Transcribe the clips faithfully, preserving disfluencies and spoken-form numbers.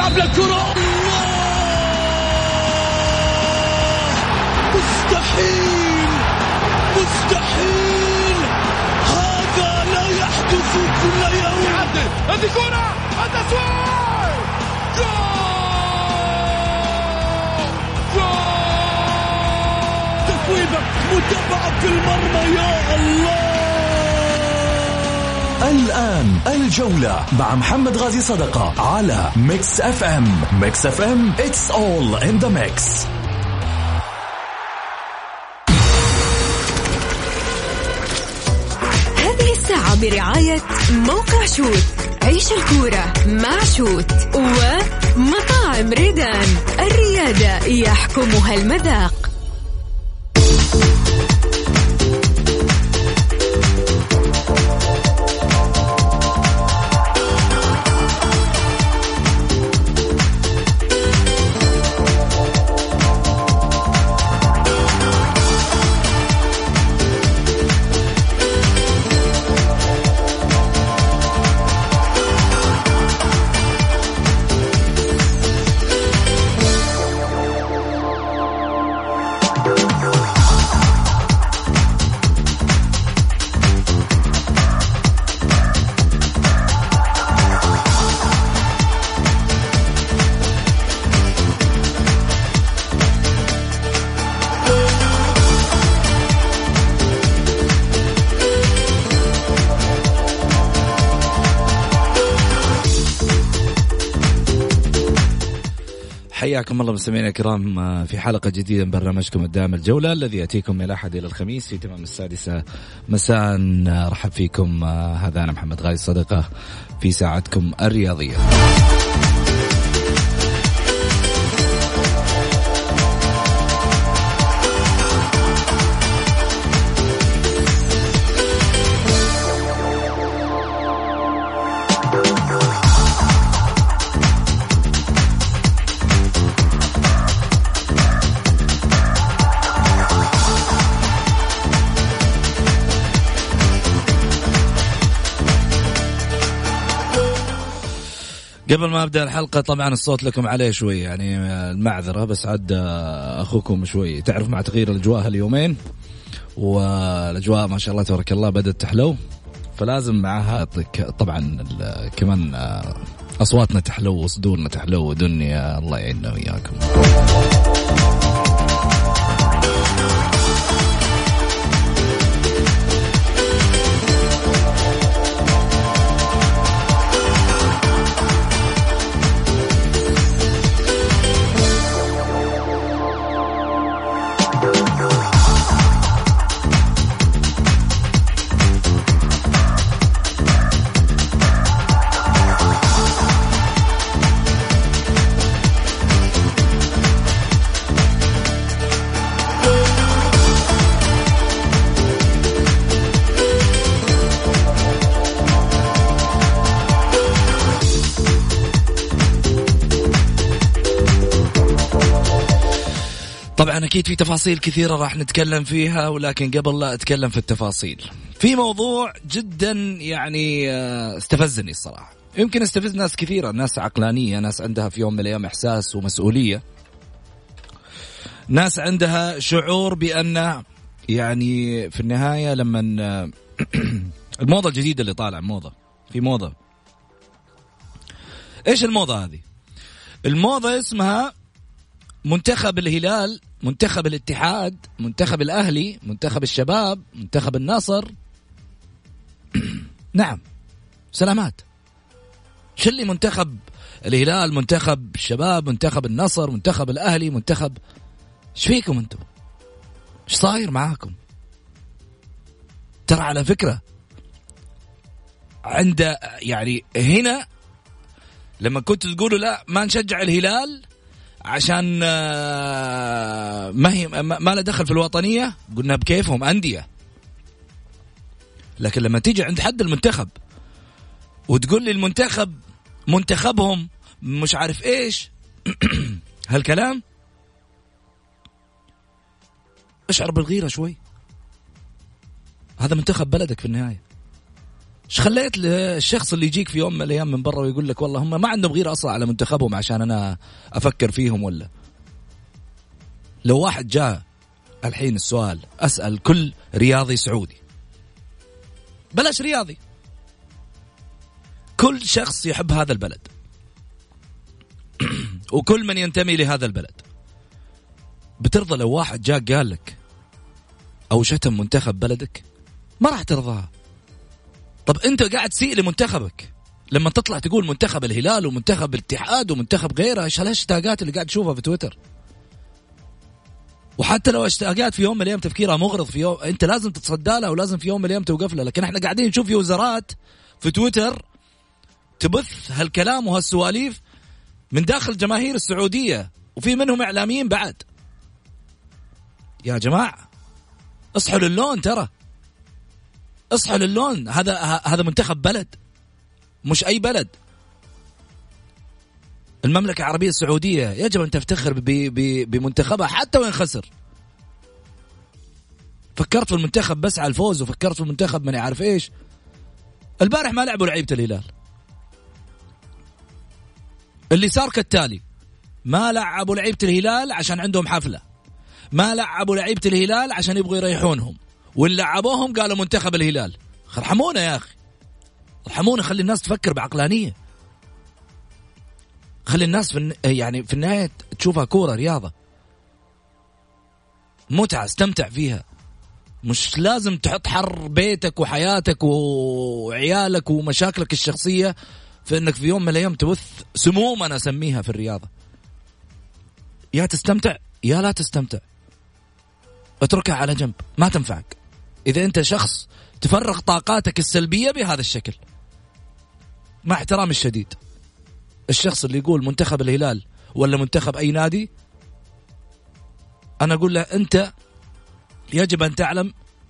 يلعب للكرة، مستحيل مستحيل، هذا لا يحدث كل يوم. يعدل هذه كرة، التسويق، جول جول، تسويبة متابعة في المرمى، يا الله. الآن الجولة مع محمد غازي صدقة على ميكس اف ام. ميكس اف ام it's all in the mix. هذه الساعة برعاية موقع شوت. عيش الكورة مع شوت، ومطاعم ريدان الريادة يحكمها المذاق. حياكم الله مستمعينا الكرام في حلقة جديدة من برنامجكم الدائم الجولة، الذي يأتيكم من الأحد إلى الخميس في تمام السادسة مساء. رحب فيكم، هذا أنا محمد غازي صدقة في ساعتكم الرياضية. قبل ما أبدأ الحلقة طبعا الصوت لكم عليه شوي، يعني المعذرة، بس عاد أخوكم شوي، تعرف مع تغيير الأجواء هاليومين، والأجواء ما شاء الله تبارك الله بدأت تحلو، فلازم معها طبعا كمان أصواتنا تحلو وصدورنا تحلو ودنيا، الله يعيننا وياكم. طبعا أكيد في تفاصيل كثيرة راح نتكلم فيها، ولكن قبل لا أتكلم في التفاصيل في موضوع جدا يعني استفزني الصراحة، يمكن استفز ناس كثيرة، ناس عقلانية، ناس عندها في يوم من الأيام إحساس ومسؤولية، ناس عندها شعور بأن يعني في النهاية لما الموضة الجديدة اللي طالع، موضة في موضة، إيش الموضة هذه؟ الموضة اسمها منتخب الهلال، منتخب الاتحاد، منتخب الأهلي، منتخب الشباب، منتخب النصر. نعم، سلامات. شو اللي منتخب الهلال، منتخب الشباب، منتخب النصر، منتخب الأهلي، منتخب، ايش فيكم انتم؟ ايش صاير معاكم؟ ترى على فكرة عند يعني هنا لما كنت تقولوا لا ما نشجع الهلال عشان ما هي ما له دخل في الوطنية، قلنا بكيفهم أندية. لكن لما تيجي عند حد المنتخب وتقول لي المنتخب منتخبهم مش عارف ايش هالكلام، اشعر بالغيرة شوي. هذا منتخب بلدك في النهاية، ايش خليت الشخص اللي يجيك في يوم من الايام من برا ويقول لك والله هم ما عندهم غير اصلا على منتخبهم عشان انا افكر فيهم؟ ولا لو واحد جاء الحين، السؤال اسال كل رياضي سعودي، بلاش رياضي، كل شخص يحب هذا البلد وكل من ينتمي لهذا البلد، بترضى لو واحد جاء قال لك او شتم منتخب بلدك؟ ما راح ترضاها. طب انت قاعد تسيء لمنتخبك لما تطلع تقول منتخب الهلال ومنتخب الاتحاد ومنتخب غيره. ايش هالاشتاقات اللي قاعد تشوفها في تويتر؟ وحتى لو اشتاقات في يوم من الايام تفكيرها مغرض، في يوم انت لازم تتصدى لها ولازم في يوم من الايام توقف لها. لكن احنا قاعدين نشوف في وزارات في تويتر تبث هالكلام وهالسواليف من داخل جماهير السعودية، وفي منهم اعلاميين بعد. يا جماعة اصحوا للون، ترى اصحوا للون. هذا هذا منتخب بلد، مش اي بلد. المملكة العربية السعودية يجب ان تفتخر بمنتخبها حتى وين خسر. فكرت في المنتخب بس على الفوز، وفكرت في المنتخب من يعرف ايش. البارح ما لعبوا لعيبة الهلال. اللي صار كالتالي: ما لعبوا لعيبة الهلال عشان عندهم حفلة، ما لعبوا لعيبة الهلال عشان يبغوا يريحونهم، واللي لعبوهم قالوا منتخب الهلال. ارحمونا يا أخي، ارحمونا، خلي الناس تفكر بعقلانية، خلي الناس في يعني في النهاية تشوفها كورة، رياضة، متعة، استمتع فيها. مش لازم تحط حر بيتك وحياتك وعيالك ومشاكلك الشخصية في انك في يوم من الايام تبث سموم انا اسميها في الرياضة. يا تستمتع يا لا تستمتع، اتركها على جنب، ما تنفعك اذا انت شخص تفرغ طاقاتك السلبية بهذا الشكل. مع احترامي الشديد، الشخص اللي يقول منتخب الهلال ولا منتخب اي نادي، انا اقول له انت يجب ان تعلم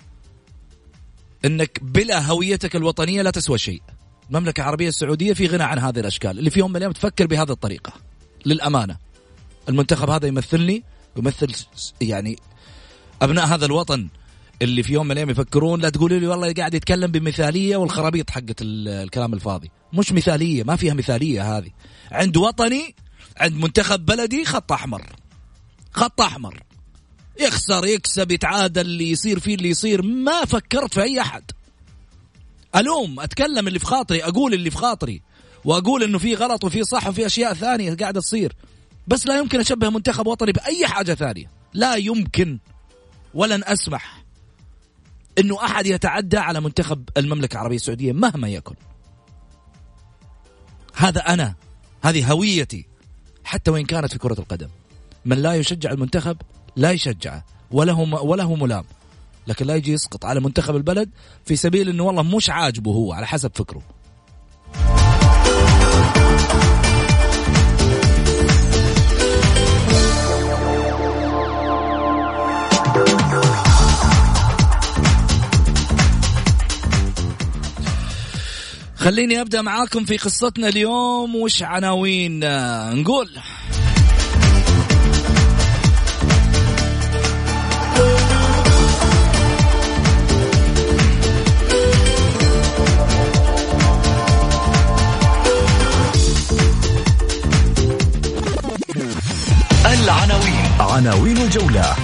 انك بلا هويتك الوطنية لا تسوى شيء. المملكة العربية السعودية في غنى عن هذه الأشكال اللي في يوم من الأيام تفكر بهذه الطريقة. للأمانة المنتخب هذا يمثلني، يمثل يعني أبناء هذا الوطن اللي في يوم من الأيام يفكرون. لا تقولوا لي والله قاعد يتكلم بمثالية والخرابيط حقت الكلام الفاضي. مش مثالية، ما فيها مثالية. هذه عند وطني، عند منتخب بلدي خط أحمر، خط أحمر، يخسر يكسب يتعادل، اللي يصير فيه اللي يصير، ما فكرت في أي أحد. ألوم، أتكلم اللي في خاطري، أقول اللي في خاطري، وأقول إنه في غلط وفي صح وفي أشياء ثانية قاعدة تصير، بس لا يمكن أشبه منتخب وطني بأي حاجة ثانية. لا يمكن، ولن أسمح إنه أحد يتعدى على منتخب المملكة العربية السعودية مهما يكن. هذا أنا، هذه هويتي، حتى وإن كانت في كرة القدم. من لا يشجع المنتخب لا يشجعه وله وله ملام، لكن لا يجي يسقط على منتخب البلد في سبيل إنه والله مش عاجبه هو على حسب فكره. خليني أبدأ معاكم في قصتنا اليوم. وش عناوين؟ نقول العناوين، عناوين الجولة.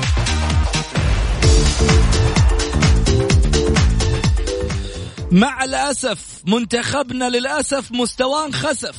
مع الأسف منتخبنا للأسف مستواه انخسف.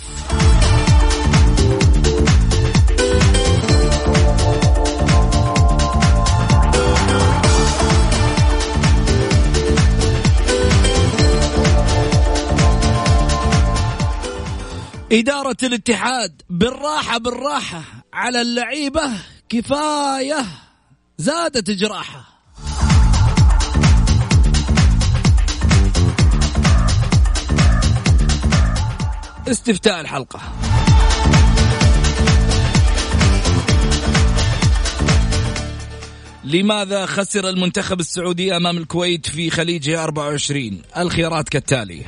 إدارة الاتحاد بالراحة بالراحة على اللعيبة، كفاية زادت جراحة. استفتاء الحلقة: لماذا خسر المنتخب السعودي أمام الكويت في خليج أربعة وعشرين؟ الخيارات كالتالي: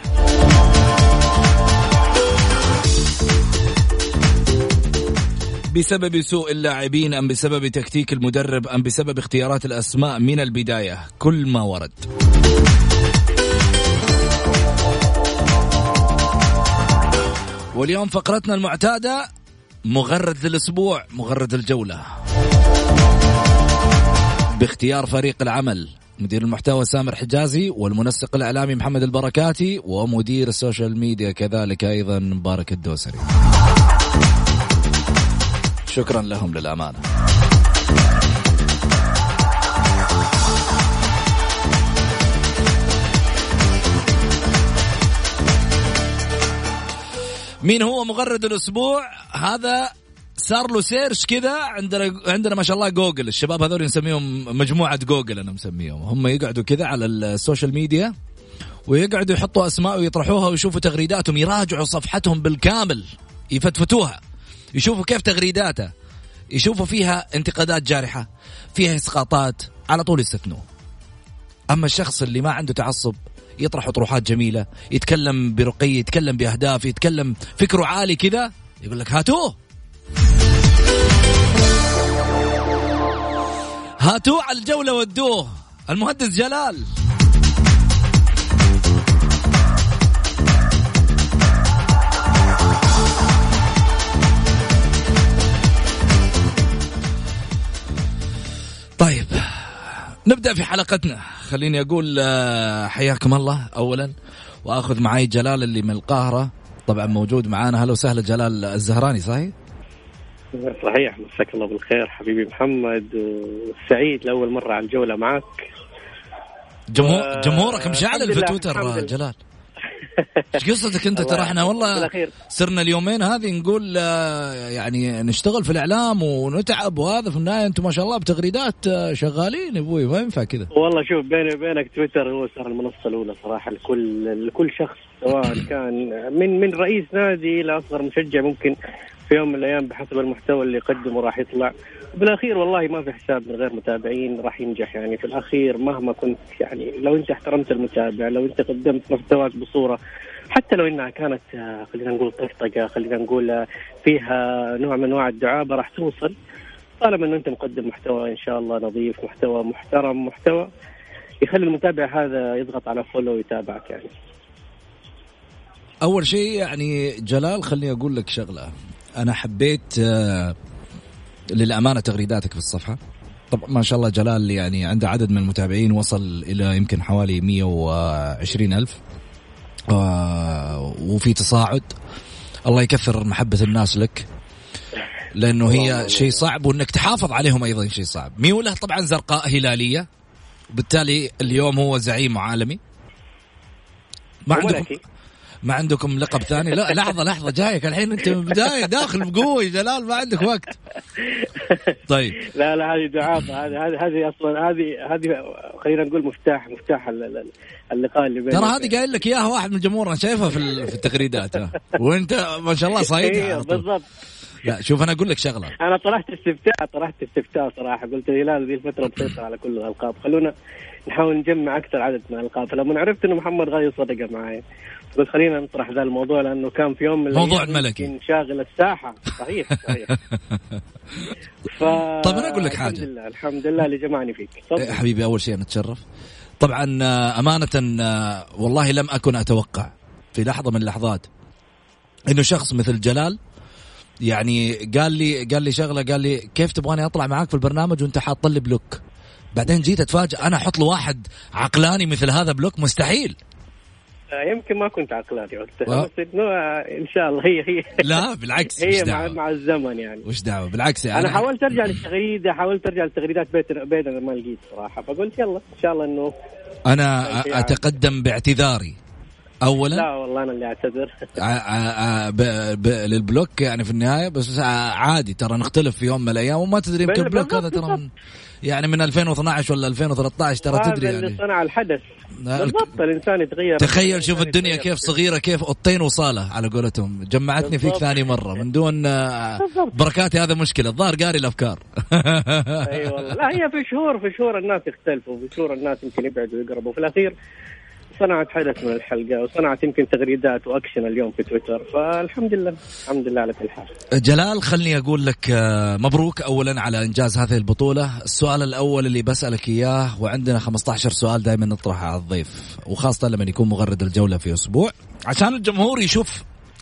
بسبب سوء اللاعبين، أم بسبب تكتيك المدرب، أم بسبب اختيارات الأسماء من البداية؟ كل ما ورد. واليوم فقرتنا المعتادة مغرد الأسبوع، مغرد الجولة، باختيار فريق العمل مدير المحتوى سامر حجازي، والمنسق الإعلامي محمد البركاتي، ومدير السوشيال ميديا كذلك أيضا مبارك الدوسري. شكرا لهم للأمانة. مين هو مغرد الأسبوع؟ هذا صار له سيرش كذا عندنا عندنا ما شاء الله جوجل. الشباب هذول نسميهم مجموعة جوجل، أنا مسميهم. هم يقعدوا كذا على السوشيال ميديا ويقعدوا يحطوا أسماء ويطرحوها ويشوفوا تغريداتهم، يراجعوا صفحتهم بالكامل، يفتفتوها، يشوفوا كيف تغريداتها، يشوفوا فيها انتقادات جارحة، فيها إسقاطات، على طول يستثنوه. أما الشخص اللي ما عنده تعصب يطرح طروحات جميلة، يتكلم برقي، يتكلم بأهداف، يتكلم فكره عالي كذا، يقول لك هاتوه هاتوه على الجولة ودوه. المهندس جلال. طيب نبدأ في حلقتنا. خليني أقول حياكم الله أولا، وأخذ معي جلال اللي من القاهرة طبعا موجود معانا. هلا وسهلا جلال الزهراني. صحيح صحيح، مساك الله بالخير حبيبي محمد، وسعيد لأول مرة على الجولة معك. جمهور و... جمهورك مشعل في تويتر جلال. ايش قصتك انت؟ ترى احنا والله صرنا اليومين هذه نقول يعني نشتغل في الاعلام ونتعب وهذا، في النهايه انتم ما شاء الله بتغريدات شغالين ابوي، ما ينفع كذا والله. شوف بيني وبينك تويتر هو صار المنصه الاولى صراحه لكل لكل شخص، سواء كان من من رئيس نادي لاصغر مشجع، ممكن في يوم من الايام بحسب المحتوى اللي يقدمه راح يطلع. وبالاخير والله ما في حساب من غير متابعين راح ينجح. يعني في الاخير مهما كنت، يعني لو انت احترمت المتابع، لو انت قدمت محتواك بصوره حتى لو انها كانت خلينا نقول طقطقه، خلينا نقول فيها نوع من انواع الدعابه، راح توصل طالما انه انت مقدم محتوى ان شاء الله نظيف، محتوى محترم، محتوى يخلي المتابع هذا يضغط على فولو ويتابعك. يعني اول شيء يعني جلال خليني اقول لك شغله، انا حبيت للامانه تغريداتك في الصفحه. طب ما شاء الله جلال يعني عنده عدد من المتابعين وصل الى يمكن حوالي مية وعشرين ألف، وفي تصاعد. الله يكثر محبة الناس لك، لأنه هي شيء صعب، وأنك تحافظ عليهم أيضا شيء صعب. ميوله طبعا زرقاء هلالية، وبالتالي اليوم هو زعيم عالمي. ما عندكم ما عندكم لقب ثاني؟ لا لحظة لحظة جايك الحين، أنت من بداية داخل بقوة جلال، ما عندك وقت. طيب لا لا هذه دعابة، هذه هذه أصلا هذه هذه خلينا نقول مفتاح مفتاح اللقاء اللي بيننا. ترى هذه قايل لك إياها واحد من الجمهور، أنا شايفها في في التغريدات، وأنت ما شاء الله صايدها بالضبط. لا شوف أنا أقول لك شغلة، أنا طرحت استفتاء طرحت استفتاء صراحة، قلت هلال ذي الفترة بسيطة على كل الألقاب، خلونا نحاول نجمع أكثر عدد من الألقاب. فلما عرفت إنه محمد غازي صدق معي، بس خلينا نطرح ذا الموضوع، لأنه كان في يوم من موضوع الملكي شاغل الساحة. صحيح صحيح. ف... طب أنا أقول لك حاجة، الحمد لله الحمد لله اللي جمعني فيك. إيه حبيبي، أول شيء نتشرف طبعا. أمانة والله لم أكن أتوقع في لحظة من اللحظات إنه شخص مثل جلال يعني قال لي قال لي شغلة، قال لي كيف تبغاني أطلع معاك في البرنامج وأنت حاط لي بلوك؟ بعدين جيت أتفاجأ أنا أحط له واحد عقلاني مثل هذا بلوك؟ مستحيل. يمكن ما كنت عقلاني وقتها، بس إنه إن شاء الله هي هي لا بالعكس، هي مع, مع الزمن يعني. وش دعوة بالعكس يعني. أنا حاولت أرجع للتغريدة، حاولت أرجع للتغريدات بيتنا بيننا ما لقيت صراحة، فقلت يلا إن شاء الله إنه أنا أتقدم باعتذاري أولا. لا والله أنا اللي أعتذر للبلوك يعني في النهاية، بس عادي ترى نختلف في يوم من الأيام، وما تدري يمكن البلوك هذا ترى من يعني من ألفين واثني عشر ولا ألفين وثلاثة عشر ترى تدري يعني اللي صنع الحدث بالضبط. الإنسان يتغير. تخيل شوف الدنيا كيف صغيرة، كيف أوضتين وصالة على قولتهم، جمعتني فيك ثاني مرة من دون بركاتي. هذا مشكلة، الظاهر قاري الأفكار. أي والله. لا هي في شهور في شهور الناس يختلفوا، في شهور الناس يمكن يبعدوا ويقربوا، في الأخير صنعت حدث من الحلقة، وصنعت يمكن تغريدات وأكشن اليوم في تويتر، فالحمد لله الحمد لله على كل حال. جلال خلني أقول لك مبروك أولا على إنجاز هذه البطولة. السؤال الأول اللي بسألك إياه، وعندنا خمسة عشر سؤال دائما نطرحه على الضيف، وخاصة لما يكون مغرد الجولة في أسبوع، عشان الجمهور يشوف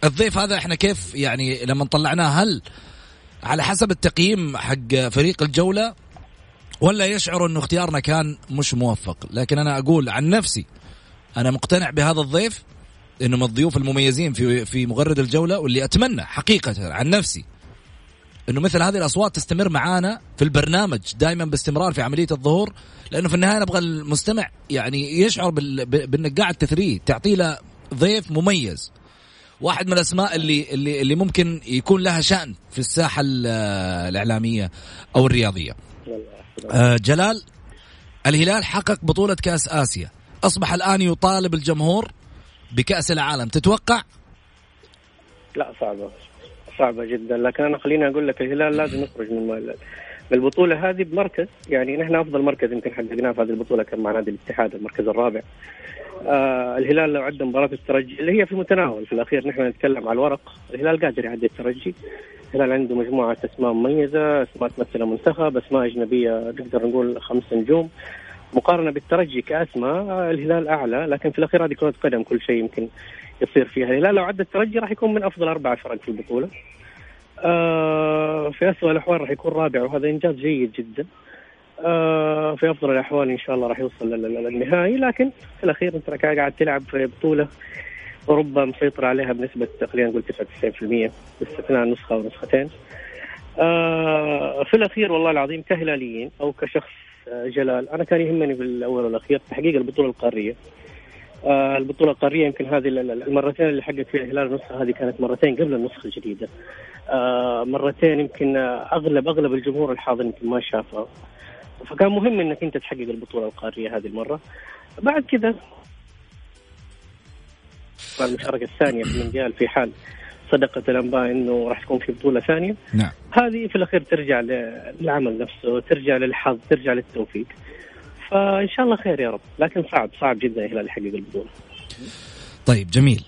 الضيف هذا احنا كيف يعني لما طلعناه، هل على حسب التقييم حق فريق الجولة ولا يشعر انه اختيارنا كان مش موفق؟ لكن انا اقول عن نفسي انا مقتنع بهذا الضيف، انه من الضيوف المميزين في في مغرد الجولة، واللي اتمنى حقيقة عن نفسي انه مثل هذه الاصوات تستمر معانا في البرنامج دائما باستمرار في عملية الظهور، لانه في النهاية نبغى المستمع يعني يشعر بانك قاعد تثريه، تعطي له ضيف مميز، واحد من الاسماء اللي اللي اللي ممكن يكون لها شأن في الساحة الإعلامية او الرياضية. آه جلال، الهلال حقق بطولة كأس آسيا، أصبح الآن يطالب الجمهور بكأس العالم، تتوقع؟ لا صعبة صعبة جدا، لكن أنا خليني أقول لك الهلال لازم يخرج من البطولة هذه بمركز، يعني نحن أفضل مركز يمكن حققناه في هذه البطولة كان مع نادي الاتحاد المركز الرابع. آه الهلال لو عدى مباراة الترجي اللي هي في متناول، في الأخير نحن نتكلم على الورق، الهلال قادر يعدي الترجي. الهلال عنده مجموعة أسماء مميزة، أسماء تمثل منتخب، أسماء أجنبية نقدر نقول خمس نجوم، مقارنة بالترجي كأسماء الهلال أعلى، لكن في الأخير هذه كرة قدم كل شيء يمكن يصير فيها. الهلال لو عدى الترجي راح يكون من أفضل أربع فرق في البطولة، آه في أسوأ الأحوال راح يكون رابع، وهذا إنجاز جيد جدا. آه في أفضل الأحوال إن شاء الله راح يوصل للنهائي، لكن في الأخير أنت قاعد تلعب في بطولة أوروبا مسيطر عليها بنسبة تقريبا نقول تسعة وتسعين بالمئة باستثناء نسخة ونسختين. آه في الأخير والله العظيم كهلاليين أو كشخص جلال، أنا كان يهمني بالأول والأخير تحقيق البطولة القارية. آه البطولة القارية يمكن هذه المرتين اللي حقق فيها الهلال النسخة هذه كانت مرتين قبل النسخة الجديدة، آه مرتين يمكن أغلب أغلب الجمهور الحاضر يمكن ما شافها، فكان مهم إنك أنت تحقق البطولة القارية هذه المرة. بعد كذا المشاركة الثانية في المونديال في حال صدقت الأنباء إنه راح تكون في بطولة ثانية. نعم. هذه في الأخير ترجع للعمل نفسه، ترجع للحظ، ترجع للتوفيق، فإن شاء الله خير يا رب، لكن صعب صعب جدا الهلال يحقق البطولة. طيب جميل.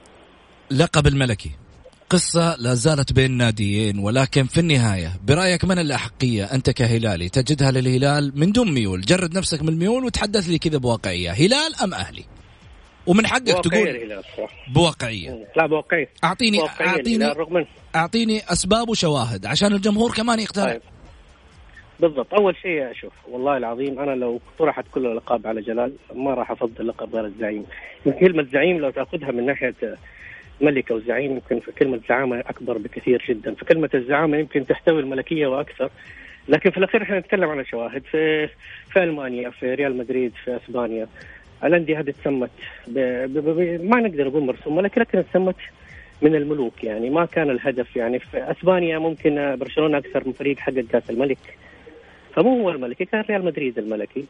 لقب الملكي قصة لا زالت بين ناديين، ولكن في النهاية برأيك من الأحقية أنت كهلالي تجدها للهلال من دون ميول؟ جرد نفسك من الميول وتحدث لي كذا بواقعية، هلال أم أهلي؟ ومن حقك تقول بواقعية. لا بواقعية. أعطيني أعطيني أعطيني أسباب وشواهد عشان الجمهور كمان يقتنع. طيب. بالضبط. أول شيء أشوف والله العظيم أنا لو طرحت كل الألقاب على جلال ما راح أفضل لقب غير الزعيم. كلمة زعيم لو تأخذها من ناحية ملكة وزعيم يمكن في كلمة زعامة أكبر بكثير جدا، فكلمة الزعامة يمكن تحتوي الملكية وأكثر، لكن في الأخير إحنا نتكلم عن شواهد. في في ألمانيا، في ريال مدريد، في إسبانيا، الأندية هذه تسمت ب... ب... ب... ما نقدر نقول مرسومة، لكن لكن تسمت من الملوك، يعني ما كان الهدف. يعني في أسبانيا ممكن برشلونة أكثر من فريق حقق كأس الملك، فمو هو الملكي، كان ريال مدريد الملكي.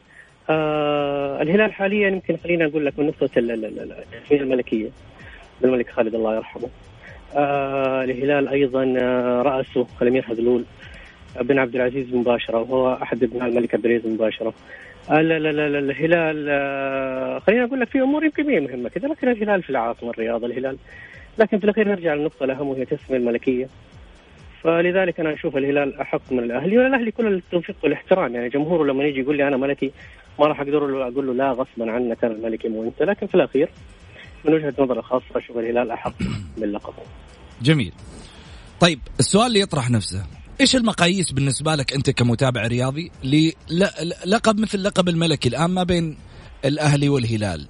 آه الهلال حاليا يمكن خلينا أقول لك من نقطة الملكية بالملك خالد الله يرحمه. آه الهلال أيضا آه رأسه الأمير هذلول بن عبد العزيز مباشرة، وهو أحد ابناء الملك عبد العزيز مباشرة. آه لا لا لا الهلال آه خلينا أقول لك في أمور يمكن مهمة كذا، لكن الهلال في العاصمة الرياض الهلال، لكن في الأخير نرجع للنقطة الأهم وهي تسمية الملكية. فلذلك أنا أشوف الهلال أحق من الأهلي، والأهلي كل التوفيق والاحترام. يعني جمهوره لما يجي يقول لي أنا ملكي ما راح أقدر أقول له لا غصبا عنك كان الملكي مو أنت، لكن في الأخير من وجهة نظر الخاصة أشوف الهلال أحق باللقب. جميل. طيب السؤال اللي يطرح نفسه، إيش المقاييس بالنسبة لك أنت كمتابع رياضي للقب مثل لقب الملكي الآن ما بين الأهلي والهلال؟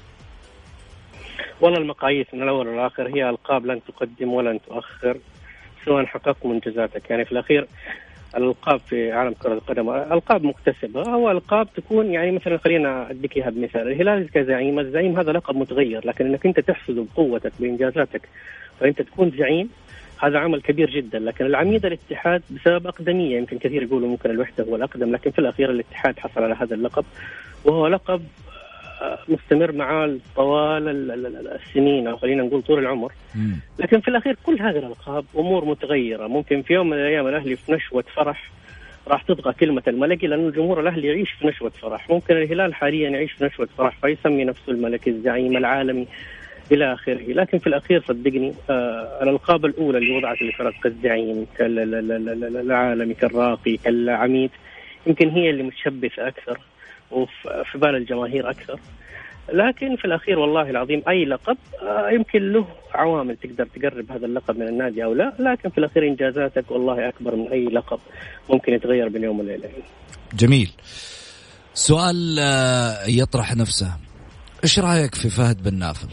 والله المقاييس من الأول والآخر هي ألقاب لن تقدم ولن تؤخر سواء حققت منجزاتك. يعني في الأخير الألقاب في عالم كرة القدم ألقاب مكتسبة أو ألقاب تكون يعني مثلا خلينا أديك إياها بمثال. الهلال كزعيم، الزعيم هذا لقب متغير، لكن إنك أنت تحصده بقوتك بإنجازاتك فأنت تكون زعيم، هذا عمل كبير جدا. لكن العميد الاتحاد بسبب أقدمية، يمكن كثير يقولوا ممكن الوحدة هو الأقدم، لكن في الأخير الاتحاد حصل على هذا اللقب، وهو لقب مستمر معاه طوال السنين أو خلينا نقول طول العمر. لكن في الأخير كل هذه الألقاب أمور متغيرة. ممكن في يوم من الأيام الأهلي في نشوة فرح راح تطغى كلمة الملكي، لأن الجمهور الأهلي يعيش في نشوة فرح. ممكن الهلال حاليا يعيش في نشوة فرح فيسمي نفسه الملكي، الزعيم، العالمي إلى آخره. لكن في الأخير صدقني آه الألقاب الأولى اللي وضعت لفرق كالزعيم، كالعالمي، كالراقي، كالعميد، يمكن هي اللي متشبثة أكثر وفي بال الجماهير أكثر. لكن في الأخير والله العظيم أي لقب يمكن له عوامل تقدر تقرب هذا اللقب من النادي أو لا، لكن في الأخير إنجازاتك والله أكبر من أي لقب ممكن يتغير بين يوم وليلة. جميل. سؤال يطرح نفسه، إيش رأيك في فهد بن نافل؟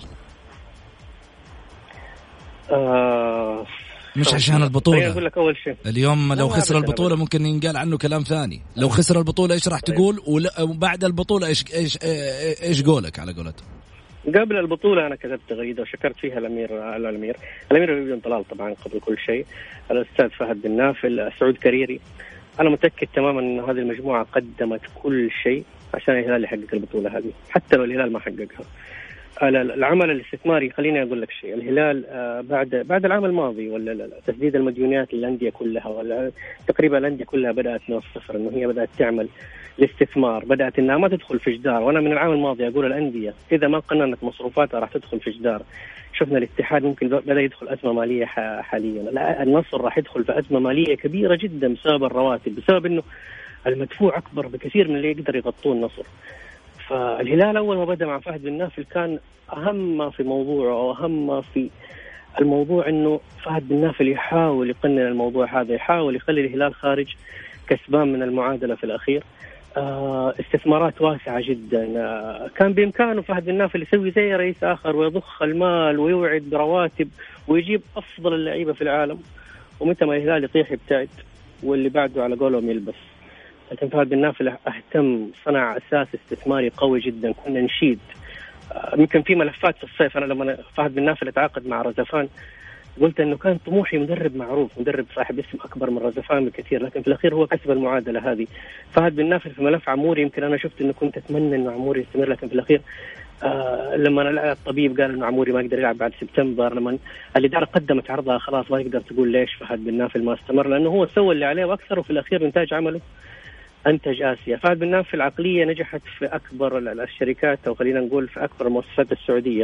آه مش عشان البطولة، أقول لك أول شيء اليوم لو خسر البطولة ممكن ينقال عنه كلام ثاني. لو خسر البطولة إيش راح تقول؟ وبعد البطولة إيش إيش إيش قولك على قولته؟ قبل البطولة أنا كتبت تغريدة وشكرت فيها الأمير الأمير الأمير بن طلال طبعا قبل كل شيء، الأستاذ فهد بن نافل، سعود كريري. أنا متأكد تماما أن هذه المجموعة قدمت كل شيء عشان الهلال يحقق البطولة هذه، حتى لو الهلال ما حققها. العمل الاستثماري خليني أقول لك شيء، الهلال بعد بعد العام الماضي ولا تسديد المديونيات للأندية كلها، ولا تقريبا الأندية كلها بدأت من الصفر، إنه هي بدأت تعمل الاستثمار، بدأت إنها ما تدخل في جدار. وأنا من العام الماضي أقول الأندية إذا ما قننت مصروفاتها راح تدخل في جدار. شفنا الاتحاد ممكن بدأ يدخل أزمة مالية حاليا، لا النصر راح يدخل في أزمة مالية كبيرة جدا بسبب الرواتب، بسبب إنه المدفوع أكبر بكثير من اللي يقدر يغطوه النصر. فالهلال أول ما بدأ مع فهد بن نافل كان أهم ما في موضوعه أو أهم ما في الموضوع إنه فهد بن نافل يحاول يقنن الموضوع هذا، يحاول يخلي الهلال خارج كسبان من المعادلة في الأخير. استثمارات واسعة جدا، كان بإمكانه فهد بن نافل يسوي زي رئيس آخر ويضخ المال ويوعد برواتب ويجيب أفضل اللعيبة في العالم، ومتى ما الهلال يطيح يبتعد واللي بعده على قولهم يلبس. لكن فهد بن نافل اهتم، صنع أساس استثماري قوي جدا. كنا نشيد يمكن في ملفات في الصيف، أنا لما فهد بن نافل اتعاقد مع رزفان قلت أنه كان طموحي مدرب معروف، مدرب صاحب اسم أكبر من رزفان بكثير، لكن في الأخير هو كسب المعادلة هذه. فهد بن نافل في ملف عموري يمكن أنا شفت أنه كنت أتمنى أنه عموري يستمر، لكن في الأخير آه لما الطبيب قال أنه عموري ما يقدر يلعب بعد سبتمبر، لما الإدارة قدمت عرضها خلاص ما يقدر تقول ليش فهد بن نافل ما استمر، لأنه هو سوى اللي عليه وأكثر، وفي الأخير إنتاج عمله أنتج آسيا. فهد بن نافل عقلية نجحت في أكبر الشركات، أو خلينا نقول في أكبر المؤسسات السعودية.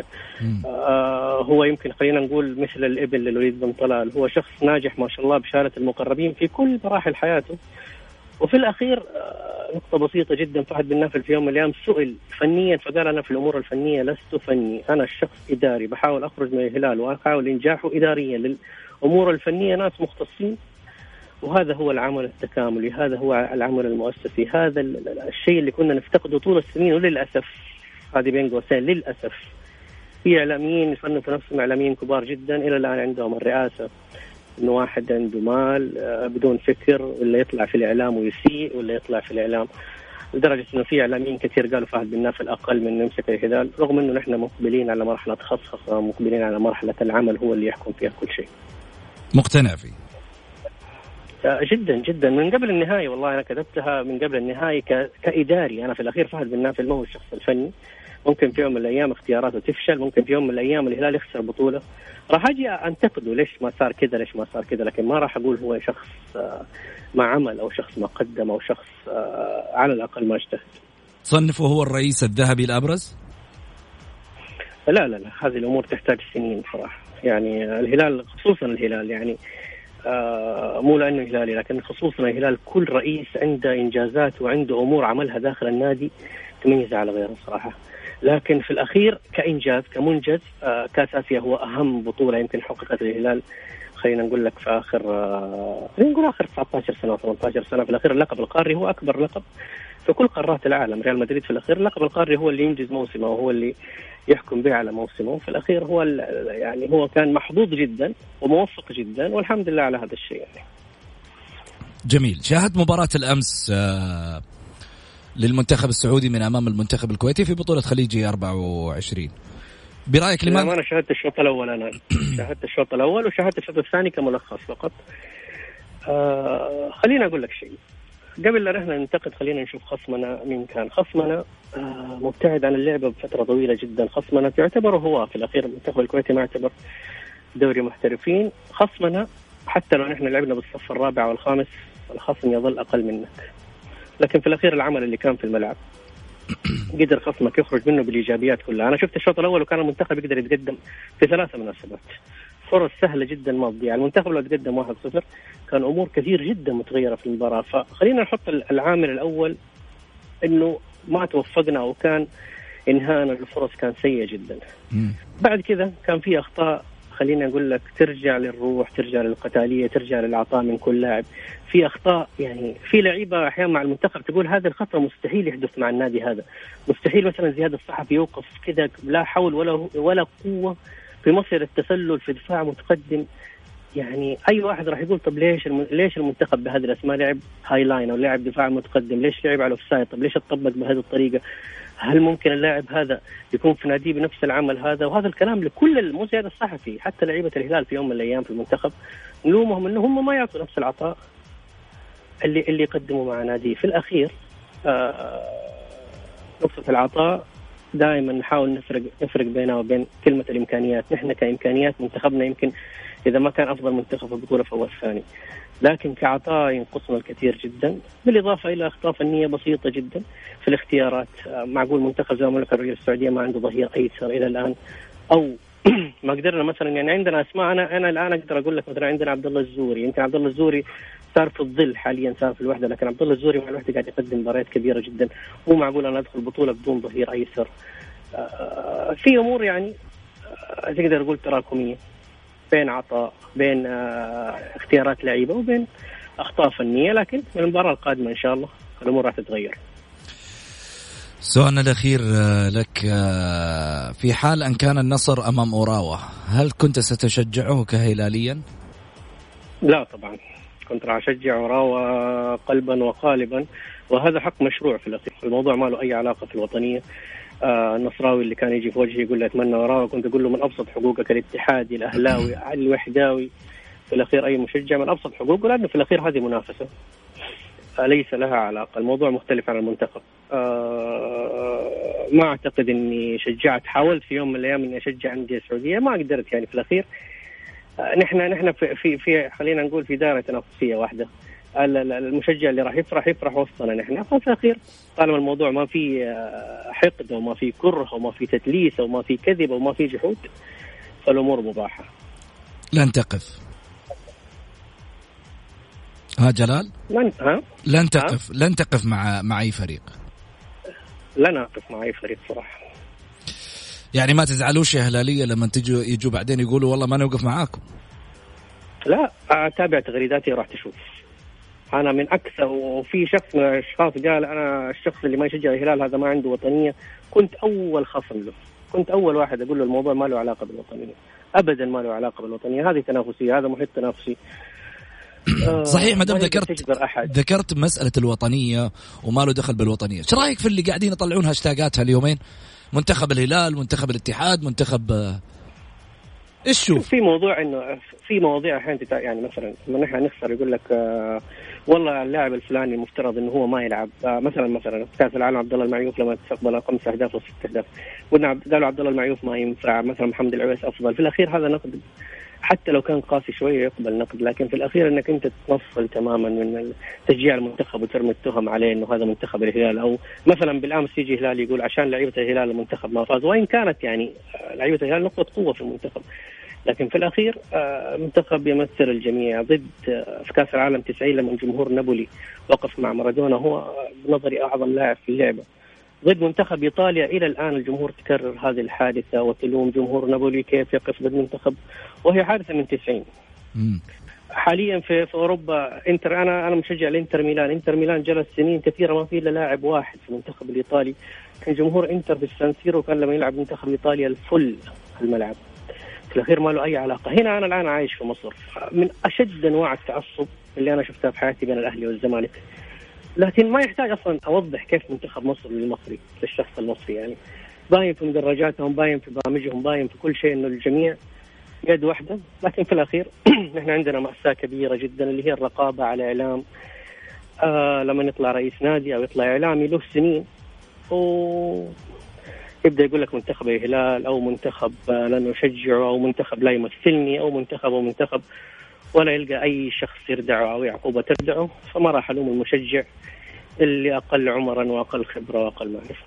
آه هو يمكن خلينا نقول مثل الإبل للوليد بن طلال، هو شخص ناجح ما شاء الله بشهادة المقربين في كل مراحل حياته. وفي الأخير آه نقطة بسيطة جدا، فهد بن نافل في يوم من الأيام سئل فنيا فقال أنا في الأمور الفنية لست فني، أنا الشخص إداري بحاول أخرج من الهلال وأحاول إنجاحه إداريا. للأمور الفنية ناس مختصين، وهذا هو العمل التكاملي، هذا هو العمل المؤسسي، هذا الشيء اللي كنا نفتقده طول السنين. وللأسف هذه بين قوسين للأسف في إعلاميين يصنفوا نفسهم إعلاميين كبار جدا إلى الآن عندهم الرئاسة، إنه واحد عنده مال بدون فكر، ولا يطلع في الإعلام ويسيء، ولا يطلع في الإعلام، لدرجة إنه في إعلاميين كثير قالوا فهد بن نافل أقل من نمسك الهلال، رغم إنه نحن مقبلين على مرحلة خصخصة، مقبلين على مرحلة العمل هو اللي يحكم فيها كل شيء. مقتنع فيه جدا جدا من قبل النهاية، والله أنا كتبتها من قبل النهاية ك... كإداري. أنا في الأخير فهد بن نافل ما هو الشخص الفني، ممكن في يوم من الأيام اختياراته تفشل، ممكن في يوم من الأيام الهلال يخسر بطولة، راح أجي أنتقده ليش ما صار كذا ليش ما صار كذا، لكن ما راح أقول هو شخص ما عمل أو شخص ما قدم أو شخص على الأقل ما اجتهد. صنفه هو الرئيس الذهبي الأبرز؟ لا لا لا، هذه الأمور تحتاج سنين صراحة. يعني الهلال خصوصا الهلال يعني آه مو لأنه هلالي، لكن خصوصا الهلال كل رئيس عنده إنجازات وعنده أمور عملها داخل النادي تميز على غيره صراحة. لكن في الأخير كإنجاز كمنجز آه كأس آسيا هو أهم بطولة يمكن حققت الهلال، خلينا نقول لك في آخر آه خلينا نقول آخر تسعة عشر سنة ثمانية عشر سنة. في الأخير اللقب القاري هو أكبر لقب في كل قارات العالم. ريال مدريد في الأخير اللقب القاري هو اللي ينجز موسمه وهو اللي يحكم به على موسمه. في الأخير هو يعني هو كان محظوظ جدا وموفق جدا، والحمد لله على هذا الشيء يعني. جميل. شاهد مباراة الأمس آه للمنتخب السعودي من أمام المنتخب الكويتي في بطولة خليجي أربعة وعشرين، برأيك لماذا؟ أنا شاهدت الشوط الأول، أنا شاهدت الشوط الأول وشاهدت الشوط الثاني كملخص فقط. آه خلينا أقول لك شيء قبل لا نحن ننتقد، خلينا نشوف خصمنا مين كان. خصمنا آه مبتعد عن اللعبة بفترة طويلة جدا، خصمنا تعتبره هو في الأخير المنتخب الكويتي ما يعتبر دوري محترفين. خصمنا حتى لو نحن لعبنا بالصف الرابع والخامس الخصم يظل أقل منك، لكن في الأخير العمل اللي كان في الملعب قدر خصمك يخرج منه بالإيجابيات كلها. أنا شفت الشوط الأول وكان المنتخب يقدر يتقدم في ثلاثة مناسبات، فرص سهلة جدا ما تضيع. المنتخب لو تقدم واحد صفر كان أمور كثير جدا متغيرة في المباراة. فخلينا نحط العامل الأول إنه ما توفقنا، أو كان إنهاء الفرص كان سيء جدا. مم. بعد كذا كان في أخطاء، خلينا أقول لك ترجع للروح، ترجع للقتالية، ترجع للعطاء من كل لاعب. في أخطاء يعني في لعيبة أحيانا مع المنتخب تقول هذا الخطأ مستحيل يحدث مع النادي هذا، مستحيل مثلا زياد الصحفي يوقف كذا لا حول ولا ولا قوة في مصير التسلل في دفاع متقدم. يعني أي واحد راح يقول طب ليش ليش المنتخب بهذه الأسماء لعب هاي لاين أو لعب دفاع متقدم، ليش لعب على أوفسايد، طب ليش اتطبق بهذه الطريقة، هل ممكن اللاعب هذا يكون في ناديه بنفس العمل هذا؟ وهذا الكلام لكل مو زياد الصحفي، حتى لعيبة الهلال في يوم من الأيام في المنتخب نلومهم إنه هم ما يعطوا نفس العطاء اللي اللي يقدموا مع ناديه. في الأخير آه نقطة العطاء دائما نحاول نفرق نفرق بينها وبين كلمة الإمكانيات. نحن كإمكانيات منتخبنا يمكن إذا ما كان أفضل منتخب في البطولة فهو الثاني، لكن كعطاء ينقصنا الكثير جدا، بالإضافة إلى أخطاء فنية بسيطة جدا في الاختيارات. معقول منتخب زي المملكة العربية السعودية ما عنده ظهير أيسر إلى الآن، أو ما قدرنا مثلا يعني عندنا أسماء. أنا أنا الآن أقدر أقول لك مثلا عندنا عبد الله الزوري، يمكن عبد الله الزوري صار في الظل حاليا، صار في الوحدة، لكن عبد الله الزوري مع الوحدة قاعد يقدم مباريات كبيرة جدا. مو معقول أنا أدخل بطولة بدون ظهير أيسر. في أمور يعني تقدر أقول تراكمية بين عطاء، بين اختيارات لعيبة، وبين أخطاء فنية، لكن من المباراة القادمة إن شاء الله الأمور راح تتغير. سؤالنا الأخير لك، في حال أن كان النصر أمام أوراوا هل كنت ستشجعه كهلاليا؟ لا طبعا، كنت راح أشجع أوراوا قلبا وقالبا، وهذا حق مشروع في الأخير. الموضوع ما له أي علاقة في الوطنية. آه النصراوي اللي كان يجي في وجهي يقول لي أتمنى أوراوا، كنت أقول له من أبسط حقوقك الاتحادي الأهلاوي الوحداوي في الأخير أي مشجع من أبسط حقوقه، لأنه في الأخير هذه منافسة ليس لها علاقة. الموضوع مختلف عن المنتخب. آه ما أعتقد أني شجعت، حاولت في يوم من الأيام أني أشجع أندية السعودية ما قدرت. يعني في الأخير آه نحن نحن في في, في خلينا نقول في دائرة تنافسية واحدة. المشجع اللي راح يفرح يفرح وسطنا نحن. في الأخير طالما الموضوع ما في حقد وما في كره وما في تدليس وما في كذب وما في جحود فالأمور مباحة. لن تقف ها جلال؟ لن ها؟ لن تقف ها؟ لن تقف مع مع أي فريق؟ لن أقف مع أي فريق صراحة. يعني ما تزعلوش يا هلالية لما تيجوا يجوا بعدين يقولوا والله ما نوقف معاكم؟ لا، أتابع تغريداتي راح تشوف. أنا من أكثر، وفي شخص من الأشخاص قال أنا الشخص اللي ما يشجع الهلال هذا ما عنده وطنية. كنت أول خصم له، كنت أول واحد أقول له الموضوع ما له علاقة بالوطنية، أبدا ما له علاقة بالوطنية. هذه تنافسية، هذا محيط تنافسي. صحيح. ما دام ذكرت ذكرت مسألة الوطنية وما له دخل بالوطنية، ايش رايك في اللي قاعدين يطلعون هاشتاجات هاليومين؟ منتخب الهلال، منتخب الاتحاد، منتخب ايش؟ شوف في موضوع انه في مواضيع الحين يعني مثلا لما نحن نخسر يقول لك آه والله اللاعب الفلاني المفترض انه هو ما يلعب. آه مثلا مثلا كاس العالم عبد الله المعيوف لما تستقبل خمس اهداف وست اهداف قلنا قالوا عبد الله المعيوف ما ينفع، مثلا محمد العويس افضل. في الاخير هذا نقد، حتى لو كان قاسي شويه يقبل نقد، لكن في الاخير انك انت تنفصل تماما من تشجيع المنتخب وترمي التهم عليه انه هذا منتخب الهلال. او مثلا بالامس يجي هلال يقول عشان لعيبه الهلال المنتخب ما فاز، وان كانت يعني لعيبه الهلال نقطه قوه في المنتخب، لكن في الأخير منتخب يمثل الجميع. ضد في كأس العالم تسعين لما جمهور نابولي وقف مع مارادونا، هو بنظري أعظم لاعب في اللعبة. ضد منتخب إيطاليا إلى الآن الجمهور تكرر هذه الحادثة وتلوم جمهور نابولي كيف يقف ضد منتخب، وهي حادثة من تسعين. حاليا في, في أوروبا إنتر، أنا أنا مشجع لإنتر ميلان. إنتر ميلان جلس سنين كثيرة ما في إلا لاعب واحد في المنتخب الإيطالي. كان جمهور إنتر في السانسيرو كان لما يلعب منتخب إيطاليا الفل الملعب. في الأخير ما له أي علاقة. هنا أنا الآن عايش في مصر، من أشد أنواع التعصب اللي أنا شفتها في حياتي بين الأهلي والزمالك، لكن ما يحتاج أصلا أوضح كيف منتخب مصر للمصري للشخص المصري. يعني باين في مدرجاتهم، باين في برامجهم، باين في كل شيء إنه الجميع يد واحدة. لكن في الأخير نحن عندنا مأساة كبيرة جدا اللي هي الرقابة على إعلام. آه لما يطلع رئيس نادي أو يطلع إعلامي له سنين و يبدأ يقول لك منتخب الهلال أو منتخب لأنه يشجعه أو منتخب لا يمثلني أو منتخب أو منتخب، ولا يلقى أي شخص يردعه أو عقوبة تردعه. فما راح ألوم المشجع اللي أقل عمرا وأقل خبرة وأقل معرفة.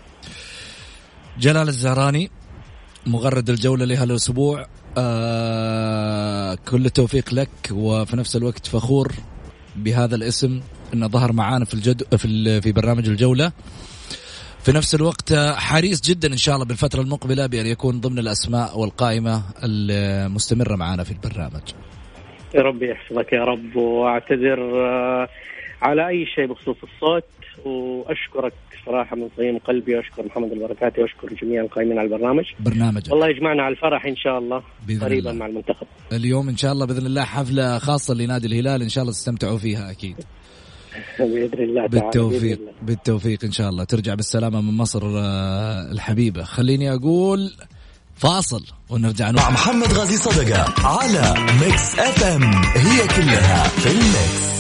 جلال الزهراني مغرد الجولة لهذا الأسبوع، آه كل التوفيق لك، وفي نفس الوقت فخور بهذا الاسم إنه ظهر معانا في الجد في في برنامج الجولة. في نفس الوقت حريص جدا إن شاء الله بالفترة المقبلة بأن يكون ضمن الأسماء والقائمة المستمرة معنا في البرنامج. يا رب يحفظك يا رب، واعتذر على أي شيء بخصوص الصوت، وأشكرك صراحة من صميم قلبي، وأشكر محمد البركاتي، وأشكر جميع القائمين على البرنامج. برنامج والله يجمعنا على الفرح إن شاء الله قريبا مع المنتخب. اليوم إن شاء الله بإذن الله حفلة خاصة لنادي الهلال، إن شاء الله تستمتعوا فيها أكيد. بإذن الله تعالى. بالتوفيق بالتوفيق إن شاء الله. ترجع بالسلامة من مصر الحبيبة. خليني أقول فاصل ونرجع مع محمد غازي صدقة على ميكس اف ام، هي كلها في الميكس.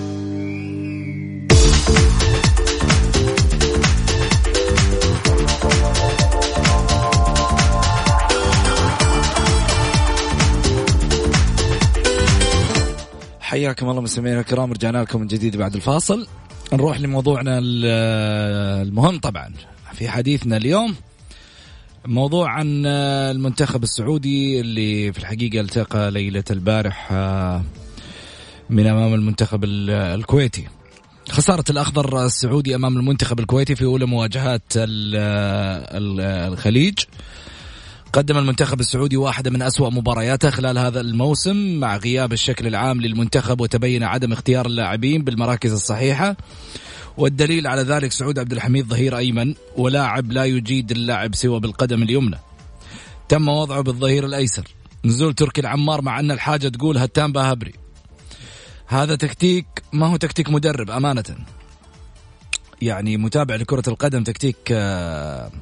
حياكم الله مستمعينا الكرام، رجعنا لكم من جديد بعد الفاصل. نروح لموضوعنا المهم طبعا في حديثنا اليوم، موضوع عن المنتخب السعودي اللي في الحقيقة التقى ليلة البارح من أمام المنتخب الكويتي. خسارة الأخضر السعودي أمام المنتخب الكويتي في أولى مواجهات الخليج. قدم المنتخب السعودي واحدة من أسوأ مبارياته خلال هذا الموسم مع غياب الشكل العام للمنتخب، وتبين عدم اختيار اللاعبين بالمراكز الصحيحة، والدليل على ذلك سعود عبد الحميد ظهير أيمن ولاعب لا يجيد اللعب سوى بالقدم اليمنى، تم وضعه بالظهير الأيسر. نزول تركي العمار مع أن الحاجة تقول هتان باهبري. هذا تكتيك ما هو تكتيك مدرب أمانة، يعني متابع لكرة القدم تكتيك آه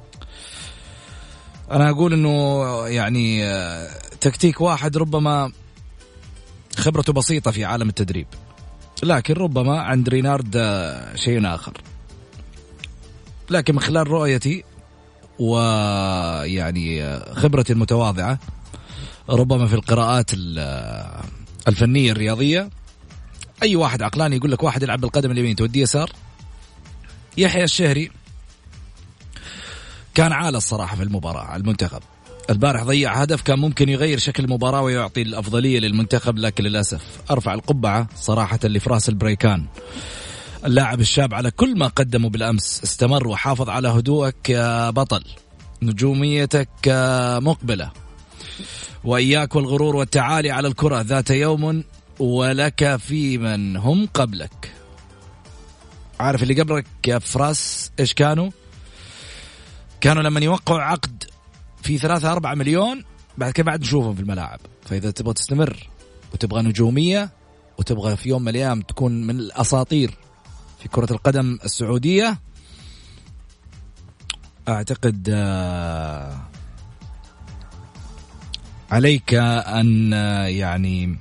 أنا أقول أنه يعني تكتيك واحد ربما خبرته بسيطة في عالم التدريب، لكن ربما عند رينارد شيء آخر. لكن من خلال رؤيتي ويعني خبرتي المتواضعة ربما في القراءات الفنية الرياضية، أي واحد عقلاني يقول لك واحد يلعب بالقدم اليمين توديه يسار. يحيى الشهري كان عالة الصراحة في المباراة على المنتخب البارح، ضيع هدف كان ممكن يغير شكل المباراة ويعطي الأفضلية للمنتخب، لكن للأسف أرفع القبعة صراحة لفراس البريكان، اللاعب الشاب على كل ما قدمه بالأمس. استمر وحافظ على هدوءك يا بطل، نجوميتك مقبلة، وإياك والغرور والتعالي على الكرة، ذات يوم ولك في من هم قبلك. عارف اللي قبلك يا فراس إيش كانوا؟ كانوا لما يوقعوا عقد في ثلاثة أربعة مليون، بعد كده بعد نشوفهم في الملاعب. فإذا تبغى تستمر وتبغى نجومية وتبغى في يوم من الأيام تكون من الأساطير في كرة القدم السعودية، أعتقد عليك أن يعني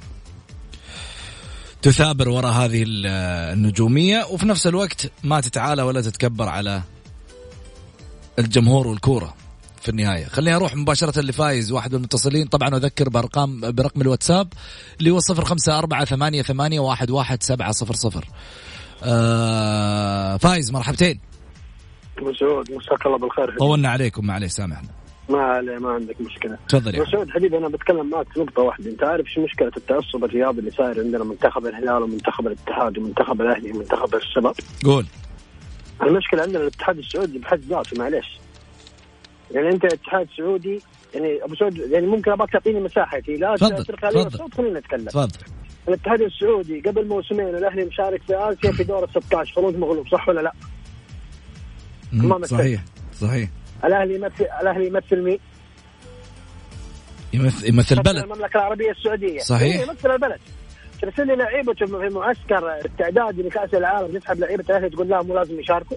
تثابر وراء هذه النجومية، وفي نفس الوقت ما تتعالى ولا تتكبر على الجمهور والكورة في النهاية. خليني أروح مباشرة لفايز واحد من المتصلين، طبعا أذكر برقم برقم الواتساب اللي هو صفر خمسة أربعة ثمانية ثمانية واحد واحد سبعة صفر صفر. آه فايز مرحبتين. مسعود مساك الله بالخير. طولنا عليكم، معليش سامحنا. ما عليه، ما عندك مشكلة. تفضل يا مسعود حبيبي، أنا بتكلم معك في نقطة واحدة. أنت عارف شو مشكلة التعصب الرياضي اللي صاير عندنا؟ منتخب الهلال ومنتخب الاتحاد ومنتخب الأهلي ومنتخب الشباب. قول. المشكلة عندنا الاتحاد السعودي بحد ذاته، معليش يعني أنت اتحاد سعودي، يعني أبو سعود يعني ممكن أبغاك تعطيني مساحتي، لا تترك علي الصوت، خلينا نتكلم. تفضل. الاتحاد السعودي قبل موسمين الأهلي مشارك في آسيا في دور الستة عشر، فروز مغلوب، صح ولا لا؟ صحيح صحيح. الأهلي يمثل الأهلي يمثل مين؟ يمثل يمثل البلد، المملكة العربية السعودية. صحيح، يمثل البلد. ترسل لي لعيبة في معسكر استعداد لكأس العالم، نسحب لعيبة الأهلي تقول لا مو لازم يشاركوا،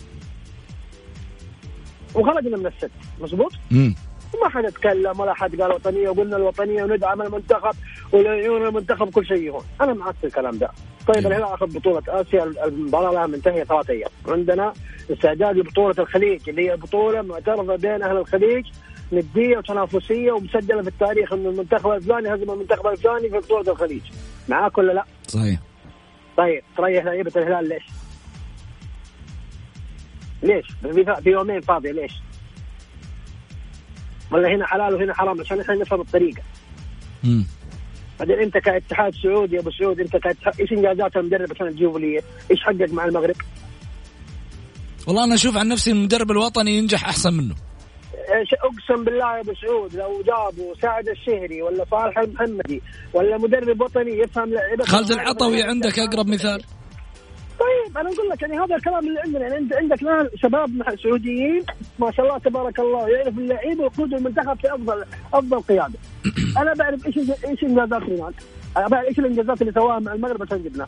وخرجنا من الست، مزبوط؟ امم وما حد تكلم ولا حد قال وطنية، وقلنا الوطنية وندعم المنتخب وليون المنتخب كل شيء يهون. أنا معك في الكلام ده. طيب الهلال أخذ بطولة آسيا، المباراة لها منتهية ثلاثة أيام. عندنا استعداد لبطولة الخليج اللي هي بطولة معترفة بين أهل الخليج، ندية وتنافسية ومسجلة في التاريخ إنه المنتخب الفلاني هزم المنتخب الفلاني في بطولة الخليج. معاك ولا لا؟ صحيح. طيب تريح لعيبة الهلال ليش؟ ليش؟ في يومين فاضية ليش؟ ولا هنا حلال وهنا حرام عشان احنا نفهم الطريقة. امم بعدين انت كاتحاد سعودي يا ابو سعود، انت كاتحاد ايش انجازات المدرب عشان تجيبوا لي؟ ايش حقك مع المغرب؟ والله أنا أشوف عن نفسي المدرب الوطني ينجح أحسن منه. اقسم بالله يا ابو سعود لو جابوا سعد الشهري ولا صالح المحمدي ولا مدرب وطني يفهم لعيبه. خالد العطوي عندك اقرب مثال. طيب انا اقول لك يعني هذا الكلام اللي عندنا، يعني انت عندك ناس شباب سعوديين ما شاء الله تبارك الله يعرف اللعيبه ويقودوا المنتخب في افضل افضل قياده. انا بعرف ايش ايش انجازات رينالد، انا بعرف ايش الانجازات اللي سواها مع المغرب عشان جبناه.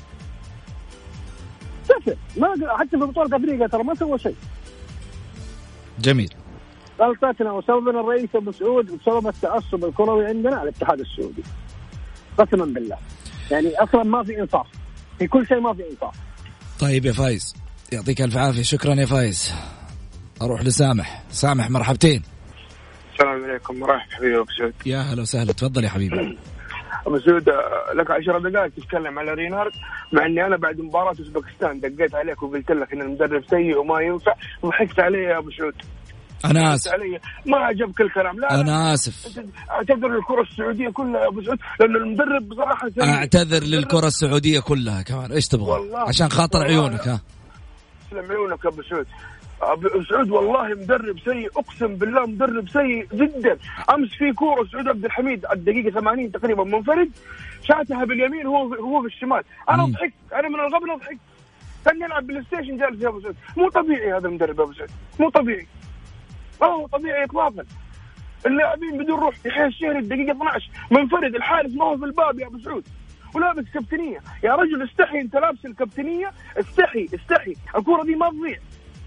صفر، ما حتى في بطوله افريقيا ترى ما سوى شيء. جميل. غلطتنا وسببنا الرئيس ابو سعود بسبب التعصب الكروي عندنا على الاتحاد السعودي قسما بالله، يعني اصلا ما في انصاف في كل شيء، ما في انصاف. طيب يا فايز يعطيك الف عافيه، شكرا يا فايز. اروح لسامح. سامح مرحبتين. السلام عليكم. مرحبا حبيبي ابو سعود. يا هلا وسهلا، تفضل يا حبيبي. ابو سعود لك عشر دقائق تتكلم على رينارد، مع اني انا بعد مباراه اوزبكستان دقيت عليك وقلت لك ان المدرب سيء وما ينفع وضحكت عليه يا ابو سعود. أنا آسف. ما عجبك الكلام. لا أنا آسف. أعتذر للكرة السعودية كلها يا أبو سعود، لأن المدرب بصراحة سيء. أعتذر للكرة السعودية كلها كمان. إيش تبغى؟ عشان خاطر عيونك. ها سلم عيونك يا أبو سعود. أبو سعود والله مدرب سيء، أقسم بالله مدرب سيء جدا. أمس في كورة سعود عبد الحميد الدقيقة ثمانين تقريبا منفرد شاتها باليمين هو هو بالشمال. أنا ضحكت، أنا من الغبن ضحكت. كان يلعب بلاي ستيشن جالس يا أبو سعود. مو طبيعي هذا المدرب يا أبو سعود، مو طبيعي. ما هو طبيعي إطلاقا. اللاعبين بدون روح. يحيى الشهري الدقيقة اثني عشر منفرد، الحارس ما هو في الباب يا أبو سعود ولابس كابتنية. يا رجل استحي، أنت لابس الكابتنية، استحي استحي، الكرة دي ما تضيع.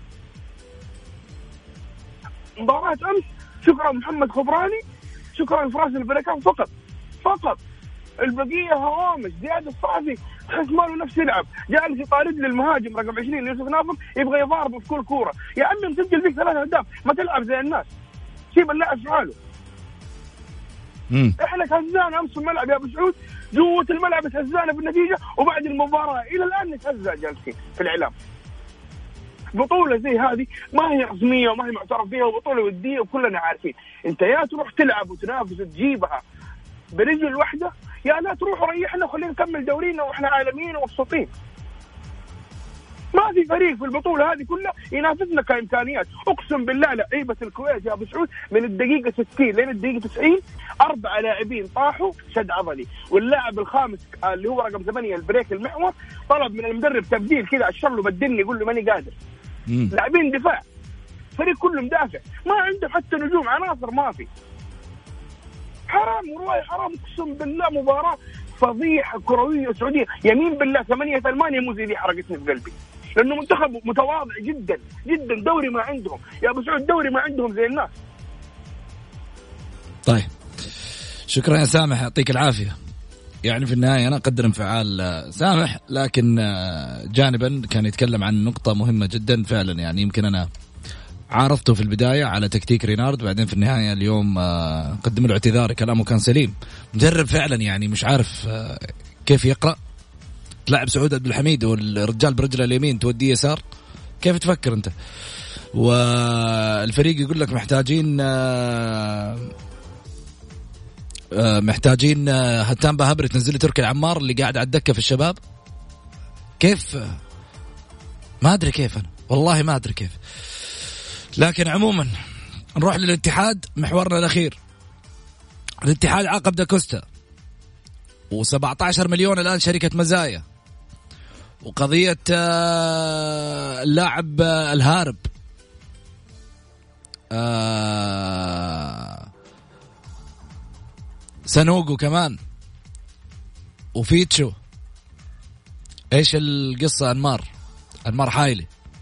مباراة أمس شكرا محمد خضراني، شكرا فراس البركان فقط فقط. البقية هوامش. زياد الصافي تحس ماله نفس يلعب، جالس يطارد للمهاجم رقم عشرين يوسف ناصر يبغى يضاربه في كل كورة. يا عمي مسجل فيك ثلاثة أهداف، ما تلعب زي الناس، سيب اللاعب في حاله. احنا تهزانا امس في الملعب يا ابو سعود، جوة الملعب تهزانا بالنتيجة، وبعد المباراة الى الان نتهزأ جالسين في الاعلام. بطولة زي هذه ما هي رسمية وما هي معترف فيها وبطولة ودية وكلنا عارفين. انت يا تروح تلعب وتنافس وتجيبها برجل واحدة، يا لا تروح وريحنا وخلينا نكمل دورينا واحنا عالميين ومبسوطين. ما في فريق في البطولة هذه كلها ينافسنا كإمكانيات. أقسم بالله لعيبة الكويت يا أبو سعود من الدقيقة ستين لين الدقيقة تسعين أربع لاعبين طاحوا شد عضلي، واللاعب الخامس اللي هو رقم ثمانية البريك المحور طلب من المدرب تبديل كذا، أشر له بدلني، يقول له ماني قادر. لاعبين دفاع، فريق كله مدافع، ما عنده حتى نجوم عناصر، ما في. حرام والله حرام، أقسم بالله مباراة فضيحة كروية سعودية. يمين بالله ثمانية ألمانيا مو زي دي حرقتني في قلبي، لأنه منتخب متواضع جدا جدا. دوري ما عندهم يا أبو سعود، دوري ما عندهم زي الناس. طيب شكرا يا سامح، يعطيك العافية. يعني في النهاية أنا أقدر انفعال سامح، لكن جانبا كان يتكلم عن نقطة مهمة جدا فعلا. يعني يمكن أنا عارضته في البداية على تكتيك رينارد، بعدين في النهاية اليوم قدم له اعتذار، كلامه كان سليم. مدرب فعلا يعني مش عارف كيف يقرأ. تلعب سعود عبد الحميد والرجال برجله اليمين توديه يسار، كيف تفكر أنت؟ والفريق يقول لك محتاجين محتاجين هتان بهبري، تنزل تركي العمار اللي قاعد على الدكة في الشباب. كيف؟ ما أدري كيف، أنا والله ما أدري كيف. لكن عموما نروح للاتحاد، محورنا الأخير. الاتحاد عاقب داكوستا وسبعة عشر مليون الآن شركة مزايا، وقضية اللاعب الهارب سانوغو كمان وفيتشو. ايش القصة؟ انمار انمار حايلي.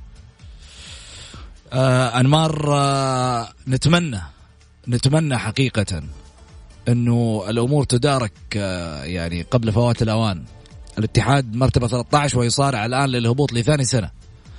آه أنمار آه نتمنى نتمنى حقيقة أنه الأمور تدارك آه يعني قبل فوات الأوان. الاتحاد مرتبة ثلاثة عشر ويصارع الآن للهبوط لثاني سنة.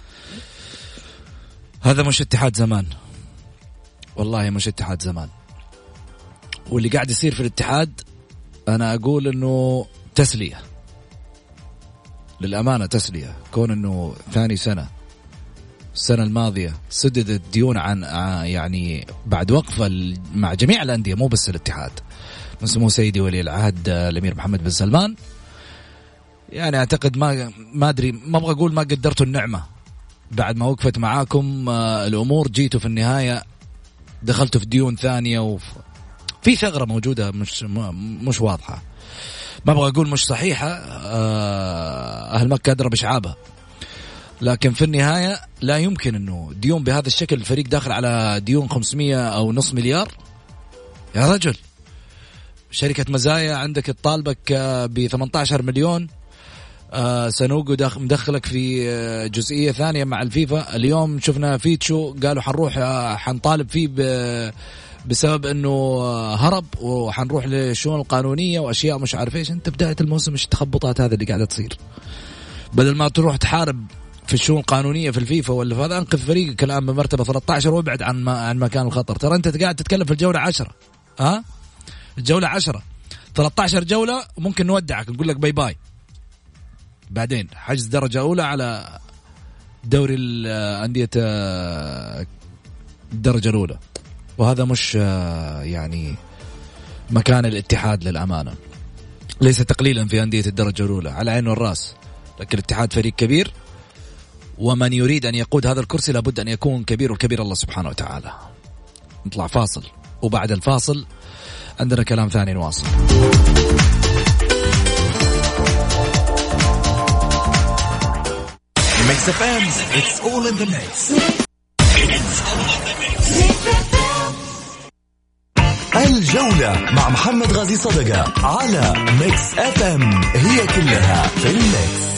هذا مش اتحاد زمان، والله مش اتحاد زمان. واللي قاعد يصير في الاتحاد أنا أقول أنه تسلية، للأمانة تسلية. كون أنه ثاني سنة، السنة الماضية سددت ديون عن يعني بعد وقفة مع جميع الأندية مو بس الاتحاد، من سمو سيدي ولي العهد الأمير محمد بن سلمان. يعني أعتقد ما ما أدري، ما أبغى أقول ما قدرتوا النعمة، بعد ما وقفت معاكم الأمور جيتوا في النهاية دخلتوا في ديون ثانية وفي ثغرة موجودة مش مش واضحة. ما أبغى أقول مش صحيحة، أهل مكة أدرى بشعابها، لكن في النهاية لا يمكن أنه ديون بهذا الشكل. الفريق داخل على ديون خمسمية أو نص مليار يا رجل. شركة مزايا عندك تطالبك ب ثمانية عشر مليون، آه سنوجو مدخلك في جزئية ثانية مع الفيفا. اليوم شفنا فيتشو قالوا حنروح حنطالب فيه بسبب أنه هرب وحنروح للشؤون القانونية وأشياء مش عارف إيش. أنت بداية الموسم إيش التخبطات هذه اللي قاعدة تصير؟ بدل ما تروح تحارب في الشؤون القانونية في الفيفا ولا في هذا، أنقذ فريقك الآن بمرتبة ثلاثة عشر وابعد عن ما عن مكان الخطر. ترى أنت قاعد تتكلم في الجولة عشرة، ها الجولة عشرة ثلاثة عشر جولة، ممكن نودعك نقول لك باي باي. بعدين حجز درجة أولى على دوري الأندية الدرجة الأولى، وهذا مش يعني مكان الاتحاد للأمانة، ليس تقليلا في أندية الدرجة الأولى على عين والرأس، لكن الاتحاد فريق كبير، ومن يريد أن يقود هذا الكرسي لابد أن يكون كبير، وكبير الله سبحانه وتعالى. نطلع فاصل وبعد الفاصل عندنا كلام ثاني نواصل. Mix إف إم, it's all in the mix. الجولة مع محمد غازي صدقة على ميكس إف إم، هي كلها في الميكس.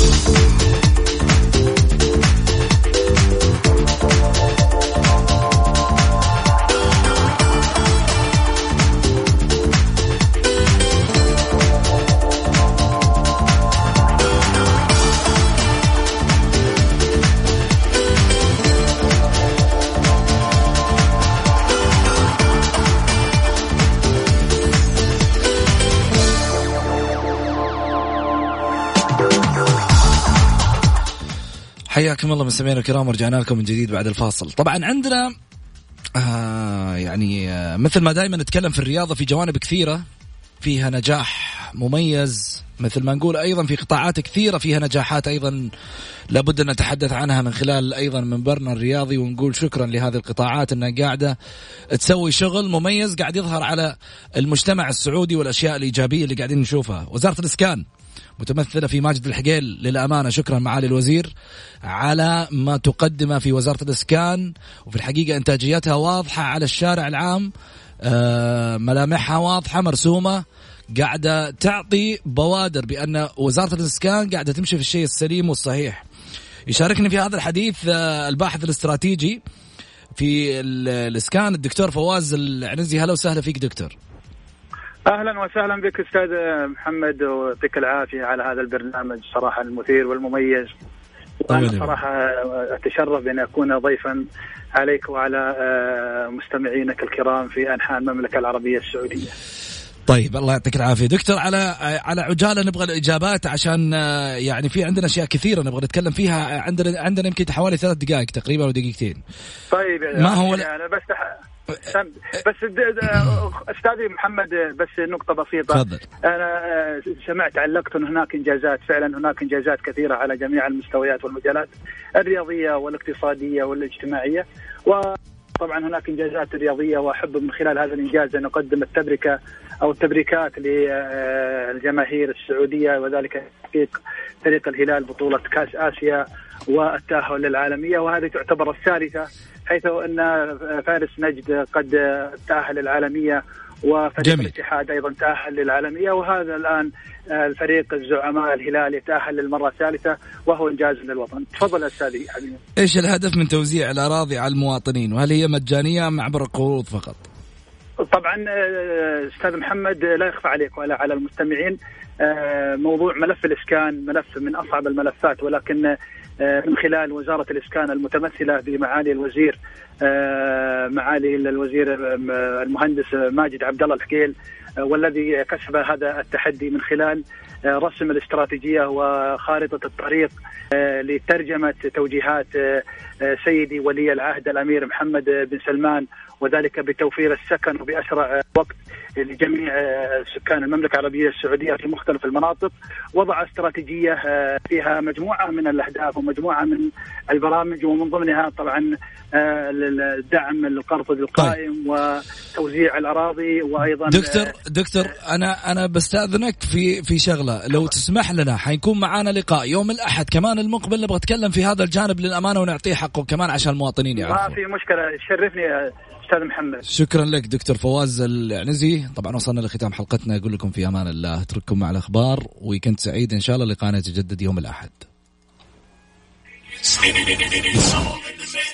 حياكم الله مستمعينا الكرام، ورجعنا لكم من جديد بعد الفاصل. طبعا عندنا آه يعني آه مثل ما دائما نتكلم في الرياضة في جوانب كثيرة فيها نجاح مميز، مثل ما نقول أيضا في قطاعات كثيرة فيها نجاحات أيضا لابد أن نتحدث عنها من خلال أيضا منبرنا الرياضي، ونقول شكرا لهذه القطاعات أنها قاعدة تسوي شغل مميز قاعد يظهر على المجتمع السعودي والأشياء الإيجابية اللي قاعدين نشوفها. وزارة الإسكان متمثلة في ماجد الحقيل، للأمانة شكرا معالي الوزير على ما تقدمه في وزارة الإسكان، وفي الحقيقة إنتاجيتها واضحة على الشارع العام، آه ملامحها واضحة مرسومة، قاعدة تعطي بوادر بأن وزارة الإسكان قاعدة تمشي في الشيء السليم والصحيح. يشاركني في هذا الحديث آه الباحث الاستراتيجي في الإسكان الدكتور فواز العنزي. هلا وسهلا فيك دكتور. أهلا وسهلا بك أستاذ محمد، ويعطيك العافية على هذا البرنامج صراحة المثير والمميز، وأنا صراحة أتشرف بأن أكون ضيفا عليك وعلى مستمعينك الكرام في أنحاء المملكة العربية السعودية. طيب الله يعطيك العافية دكتور. على على عجالة نبغى الإجابات، عشان يعني في عندنا أشياء كثيرة نبغى نتكلم فيها، عندنا عندنا يمكن حوالي ثلاث دقائق تقريبا أو دقيقتين. طيب ما هو أنا بس بس أستاذي محمد بس نقطة بسيطة. فضل. أنا سمعت علقت أن هناك إنجازات، فعلا هناك إنجازات كثيرة على جميع المستويات والمجالات الرياضية والاقتصادية والاجتماعية، وطبعا هناك إنجازات رياضية، وأحب من خلال هذا الإنجاز أن أقدم التبركة أو التبريكات للجماهير السعودية، وذلك تحقيق فريق الهلال بطولة كأس آسيا والتأهل للعالمية، وهذه تعتبر الثالثة، حيث أن فارس نجد قد تأهل للعالمية وفريق الاتحاد أيضا تأهل للعالمية، وهذا الآن الفريق الزعماء الهلال يتأهل للمرة الثالثة، وهو إنجاز للوطن. تفضل أستاذي حبيبي. إيش الهدف من توزيع الأراضي على المواطنين، وهل هي مجانية مع عبر القروض فقط؟ طبعا أستاذ محمد لا يخفى عليك ولا على المستمعين موضوع ملف الإسكان ملف من أصعب الملفات، ولكن من خلال وزارة الإسكان المتمثلة بمعالي الوزير معالي الوزير المهندس ماجد عبد الله الحقيل، والذي كسب هذا التحدي من خلال رسم الاستراتيجية وخارطة الطريق لترجمة توجيهات سيدي ولي العهد الأمير محمد بن سلمان، وذلك بتوفير السكن وبأسرع وقت لجميع سكان المملكة العربية السعودية في مختلف المناطق. وضع استراتيجية فيها مجموعة من الأهداف ومجموعة من البرامج، ومن ضمنها طبعا دعم القرض القائم وتوزيع الأراضي. وأيضا دكتور دكتور أنا أنا بستأذنك في في شغلة لو تسمح لنا، حيكون معانا لقاء يوم الأحد كمان المقبل، نبغى نتكلم في هذا الجانب للأمانة ونعطيه حقه كمان عشان المواطنين يعرفوا. ما في مشكلة، شرفني يا أستاذ محمد. شكرا لك دكتور فواز العنزي. طبعا وصلنا لختام حلقتنا، أقول لكم في أمان الله، أترككم مع الأخبار، ويكنت سعيد إن شاء الله. لقاءنا يتجدد يوم الأحد.